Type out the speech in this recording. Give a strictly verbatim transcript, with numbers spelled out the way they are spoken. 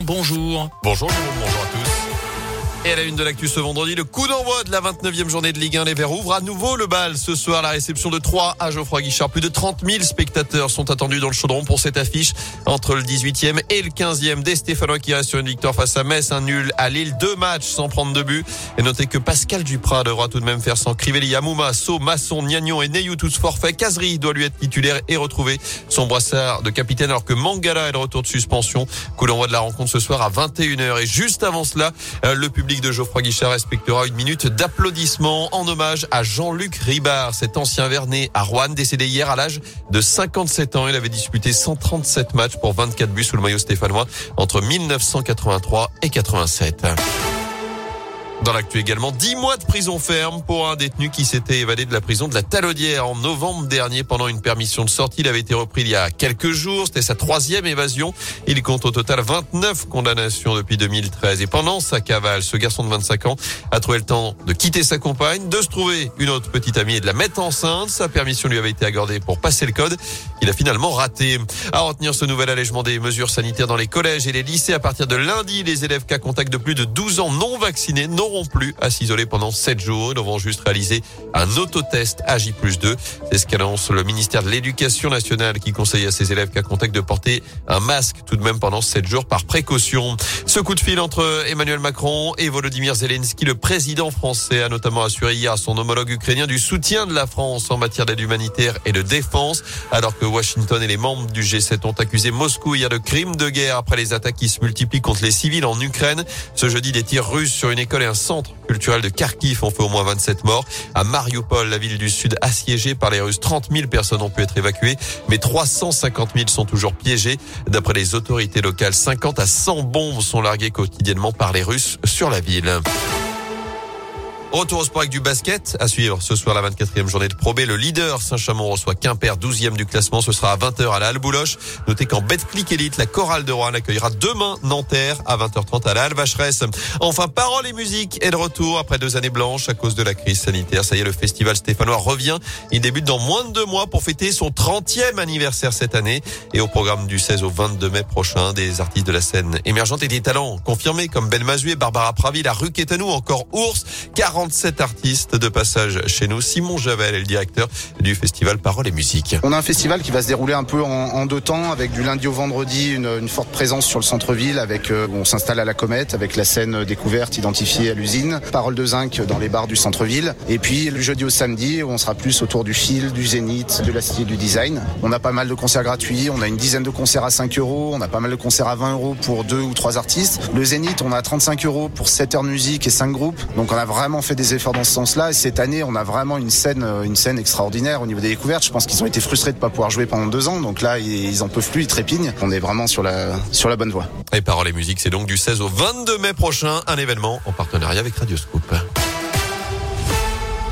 bonjour. Bonjour Jérôme, bonjour à tous. Et à la une de l'actu ce vendredi, le coup d'envoi de la vingt-neuvième journée de Ligue un. Les Verts ouvrent à nouveau le bal. Ce soir, la réception de Troyes à Geoffroy Guichard. Plus de trente mille spectateurs sont attendus dans le Chaudron pour cette affiche entre le dix-huitième et le quinzième. Des Stéphanois qui restent sur une victoire face à Metz, un nul à Lille, deux matchs sans prendre de but. Et notez que Pascal Duprat devra tout de même faire sans Crivelli, Yamouma, So, Masson, Niagnon et Neyou tous forfaits. Kazri doit lui être titulaire et retrouver son brassard de capitaine alors que Mangala est de retour de suspension. Coup d'envoi de la rencontre ce soir à vingt et une heures. Et juste avant cela, le public de Geoffroy Guichard respectera une minute d'applaudissement en hommage à Jean-Luc Ribard, cet ancien Vernet à Roanne, décédé hier à l'âge de cinquante-sept ans. Il avait disputé cent trente-sept matchs pour vingt-quatre buts sous le maillot stéphanois entre mille neuf cent quatre-vingt-trois et quatre-vingt-sept. Dans l'actu également, dix mois de prison ferme pour un détenu qui s'était évadé de la prison de la Talaudière en novembre dernier pendant une permission de sortie. Il avait été repris il y a quelques jours. C'était sa troisième évasion. Il compte au total vingt-neuf condamnations depuis deux mille treize. Et pendant sa cavale, ce garçon de vingt-cinq ans a trouvé le temps de quitter sa compagne, de se trouver une autre petite amie et de la mettre enceinte. Sa permission lui avait été accordée pour passer le code. Il a finalement raté. À retenir ce nouvel allègement des mesures sanitaires dans les collèges et les lycées. À partir de lundi, les élèves cas contact de plus de douze ans non vaccinés n'auront plus à s'isoler pendant sept jours. Ils devront juste réaliser un autotest à J plus deux. C'est ce qu'annonce le ministère de l'Éducation nationale qui conseille à ses élèves cas contact de porter un masque tout de même pendant sept jours par précaution. Ce coup de fil entre Emmanuel Macron et Volodymyr Zelensky, le président français a notamment assuré hier à son homologue ukrainien du soutien de la France en matière d'aide humanitaire et de défense, alors que Washington et les membres du G sept ont accusé Moscou hier de crimes de guerre après les attaques qui se multiplient contre les civils en Ukraine. Ce jeudi, des tirs russes sur une école et un centre culturel de Kharkiv ont fait au moins vingt-sept morts. À Mariupol, la ville du Sud assiégée par les Russes, trente mille personnes ont pu être évacuées, mais trois cent cinquante mille sont toujours piégées. D'après les autorités locales, cinquante à cent bombes sont larguées quotidiennement par les Russes sur la ville. Retour au sport avec du basket. À suivre ce soir la vingt-quatrième journée de Pro B. Le leader Saint-Chamond reçoit Quimper, douzième du classement. Ce sera à vingt heures à la Halle Bouloche. Notez qu'en Betclic Elite, la chorale de Roanne accueillera demain Nanterre à vingt heures trente à la Halle Vacheresse. Enfin, paroles et musique est de retour après deux années blanches à cause de la crise sanitaire. Ça y est, le festival stéphanois revient. Il débute dans moins de deux mois pour fêter son trentième anniversaire cette année. Et au programme du seize au vingt-deux mai prochain, des artistes de la scène émergente et des talents confirmés comme Ben Mazué, Barbara Pravi, la rue Quétanou, encore Ours. quarante-sept artistes de passage chez nous. Simon Javel est le directeur du festival Paroles et Musique. On a un festival qui va se dérouler un peu en, en deux temps, avec du lundi au vendredi une, une forte présence sur le centre-ville, avec euh, on s'installe à la Comète, avec la scène découverte identifiée à l'usine, Paroles de Zinc dans les bars du centre-ville, et puis le jeudi au samedi où on sera plus autour du fil, du zénith, de la style, du design. On a pas mal de concerts gratuits, on a une dizaine de concerts à cinq euros, on a pas mal de concerts à vingt euros pour deux ou trois artistes. Le zénith, on a trente-cinq euros pour sept heures de musique et cinq groupes, donc on a vraiment fait des efforts dans ce sens-là. Et cette année, on a vraiment une scène, une scène extraordinaire au niveau des découvertes. Je pense qu'ils ont été frustrés de ne pas pouvoir jouer pendant deux ans. Donc là, ils en peuvent plus, ils trépignent. On est vraiment sur la, sur la bonne voie. Et Paroles et Musique, c'est donc du seize au vingt-deux mai prochain, un événement en partenariat avec Radio Scoop.